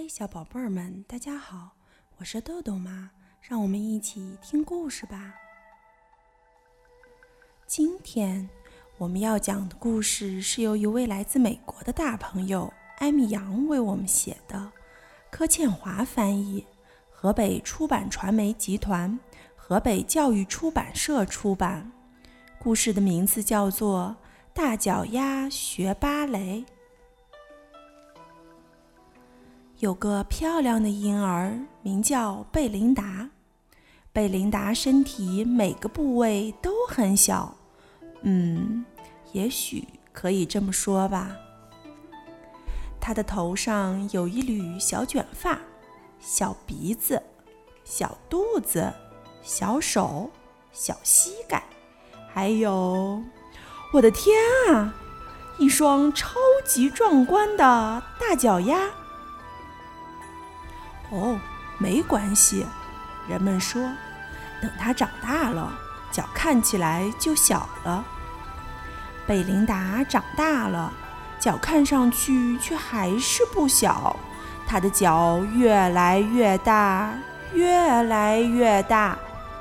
小宝贝儿们，大家好，我是豆豆妈，让我们一起听故事吧。今天我们要讲的故事是由一位来自美国的大朋友艾米扬为我们写的，柯倩华翻译，河北出版传媒集团、河北教育出版社出版。故事的名字叫做《大脚丫学芭蕾》。有个漂亮的婴儿，名叫贝琳达。贝琳达身体每个部位都很小，也许可以这么说吧。她的头上有一缕小卷发，小鼻子，小肚子，小手，小膝盖，还有，我的天啊，一双超级壮观的大脚丫。没关系，人们说，等他长大了，脚看起来就小了。贝琳达长大了，脚看上去却还是不小，她的脚越来越大，越来越大。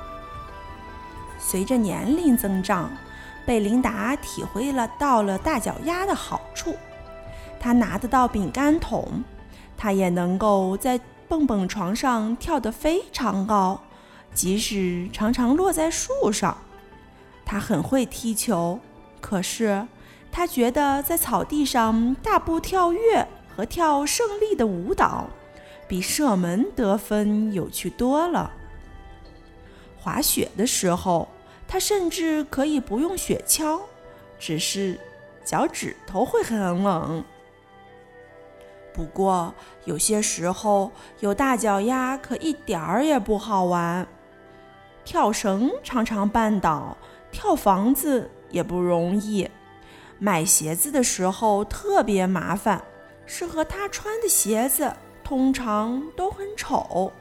随着年龄增长，贝琳达体会到了大脚丫的好处。她拿得到饼干桶，她也能够在蹦蹦床上跳得非常高，即使常常落在树上。他很会踢球，可是他觉得在草地上大步跳跃和跳胜利的舞蹈比射门得分有趣多了。滑雪的时候，他甚至可以不用雪橇，只是脚趾头会很冷。不过有些时候有大脚丫可一点儿也不好玩，跳绳常常绊倒，跳房子也不容易，买鞋子的时候特别麻烦，适合他穿的鞋子通常都很丑。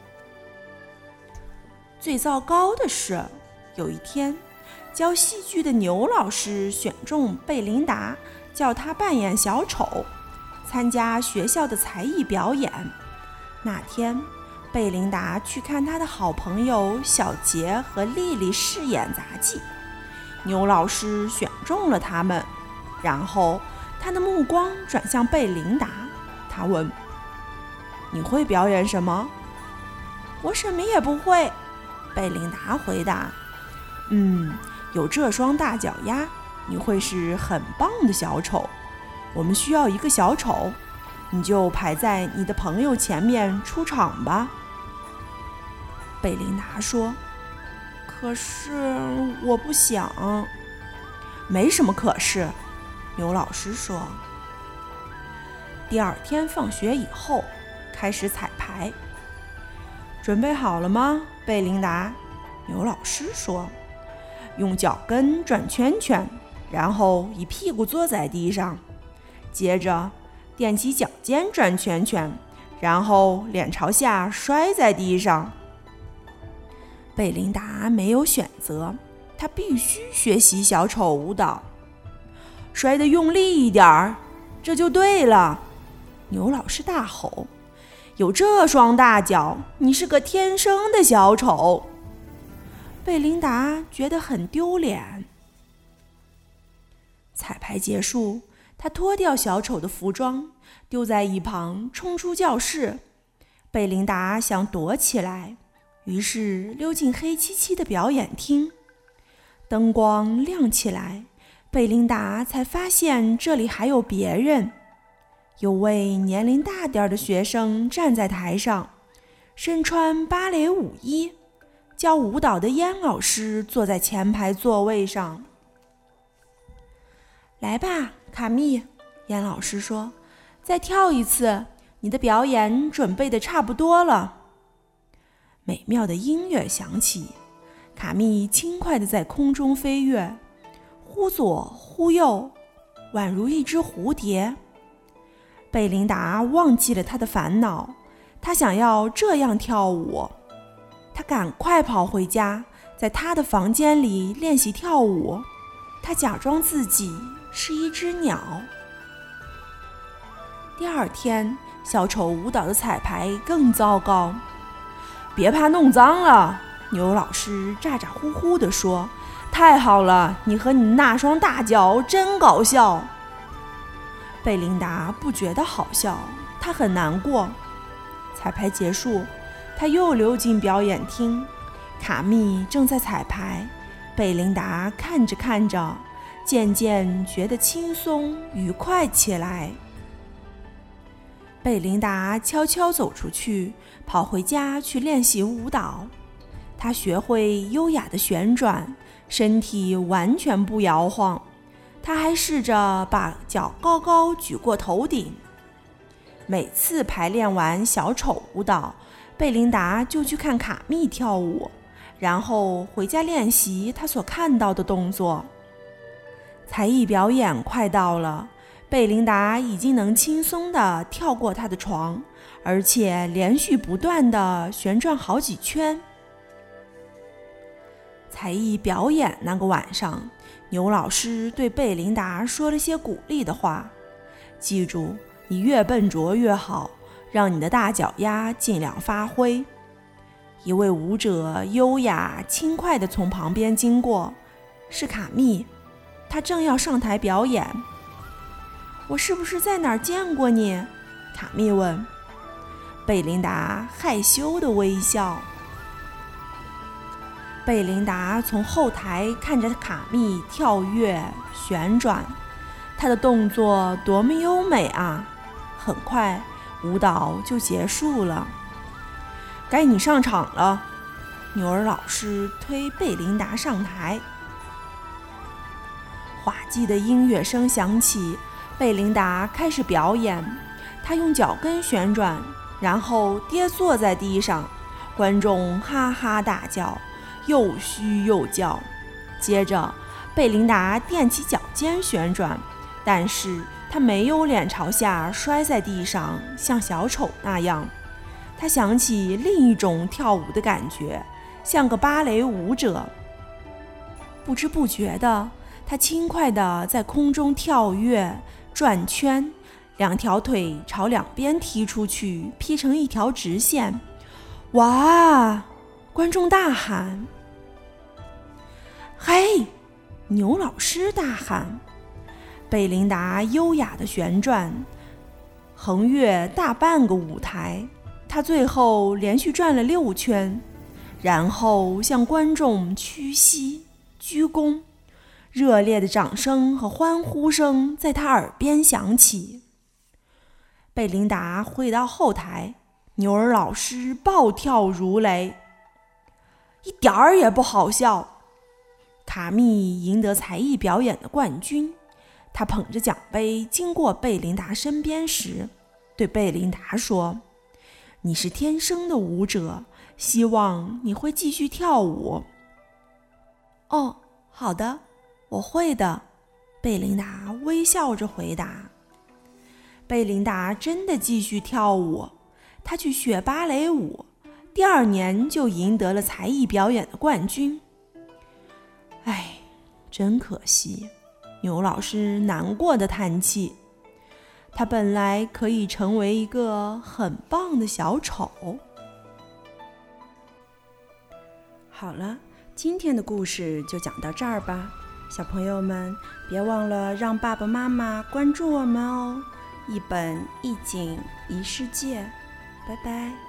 最糟糕的是，有一天教戏剧的牛老师选中贝琳达，叫她扮演小丑，参加学校的才艺表演。那天，贝琳达去看她的好朋友小杰和丽丽饰演杂技。牛老师选中了他们，然后他的目光转向贝琳达，他问：“你会表演什么？”“我什么也不会。”贝琳达回答。“有这双大脚丫，你会是很棒的小丑。我们需要一个小丑，你就排在你的朋友前面出场吧。”贝琳达说：“可是我不想。”“没什么可是。”牛老师说。第二天放学以后，开始彩排。“准备好了吗，贝琳达？”牛老师说。“用脚跟转圈圈，然后以屁股坐在地上。接着踮起脚尖转圈圈，然后脸朝下摔在地上。”贝琳达没有选择，她必须学习小丑舞蹈。“摔得用力一点儿，这就对了！”牛老师大吼。“有这双大脚，你是个天生的小丑。”贝琳达觉得很丢脸。彩排结束，他脱掉小丑的服装，丢在一旁，冲出教室。贝琳达想躲起来，于是溜进黑漆漆的表演厅。灯光亮起来，贝琳达才发现这里还有别人。有位年龄大点的学生站在台上，身穿芭蕾舞衣，教舞蹈的燕老师坐在前排座位上。“来吧，卡蜜。”燕老师说，“再跳一次，你的表演准备得差不多了。”美妙的音乐响起，卡蜜轻快地在空中飞跃，忽左忽右，宛如一只蝴蝶。贝琳达忘记了她的烦恼，她想要这样跳舞。她赶快跑回家，在她的房间里练习跳舞。她假装自己是一只鸟。第二天， 小丑舞蹈的彩排更糟糕。别怕弄脏了，牛老师咋咋呼呼地说，太好了，你和你那双大脚真搞笑。贝琳达不觉得好笑，她很难过。彩排结束，她又溜进表演厅，卡密正在彩排。贝琳达看着看着，渐渐觉得轻松愉快起来。贝琳达悄悄走出去，跑回家去练习舞蹈。她学会优雅的旋转，身体完全不摇晃。她还试着把脚高高举过头顶。每次排练完小丑舞蹈，贝琳达就去看卡密跳舞，然后回家练习她所看到的动作。才艺表演快到了，贝琳达已经能轻松地跳过她的床，而且连续不断地旋转好几圈。才艺表演那个晚上，牛老师对贝琳达说了些鼓励的话，记住，你越笨拙越好，让你的大脚丫尽量发挥。一位舞者优雅轻快地从旁边经过，是卡密，他正要上台表演。我是不是在哪儿见过你？卡密问。贝琳达害羞地微笑。贝琳达从后台看着卡密跳跃旋转，她的动作多么优美啊！很快舞蹈就结束了。该你上场了，牛儿老师推贝琳达上台。滑稽的音乐声响起，贝琳达开始表演。她用脚跟旋转，然后跌坐在地上，观众哈哈大叫，又嘘又叫。接着贝琳达踮起脚尖旋转，但是她没有脸朝下摔在地上，像小丑那样。她想起另一种跳舞的感觉，像个芭蕾舞者。不知不觉的，她轻快地在空中跳跃转圈，两条腿朝两边踢出去，劈成一条直线。哇！观众大喊。嘿！牛老师大喊。贝琳达优雅地旋转，横越大半个舞台。她最后连续转了6圈，然后向观众屈膝鞠躬。热烈的掌声和欢呼声在她耳边响起。贝琳达回到后台，牛儿老师暴跳如雷，一点儿也不好笑。卡密赢得才艺表演的冠军，他捧着奖杯经过贝琳达身边时，对贝琳达说：“你是天生的舞者，希望你会继续跳舞。”“哦，好的，我会的。”贝琳达微笑着回答。贝琳达真的继续跳舞，她去学芭蕾舞，第2年就赢得了才艺表演的冠军。唉，真可惜，牛老师难过的叹气。他本来可以成为一个很棒的小丑。好了，今天的故事就讲到这儿吧。小朋友们，别忘了让爸爸妈妈关注我们哦。一本一景一世界，拜拜。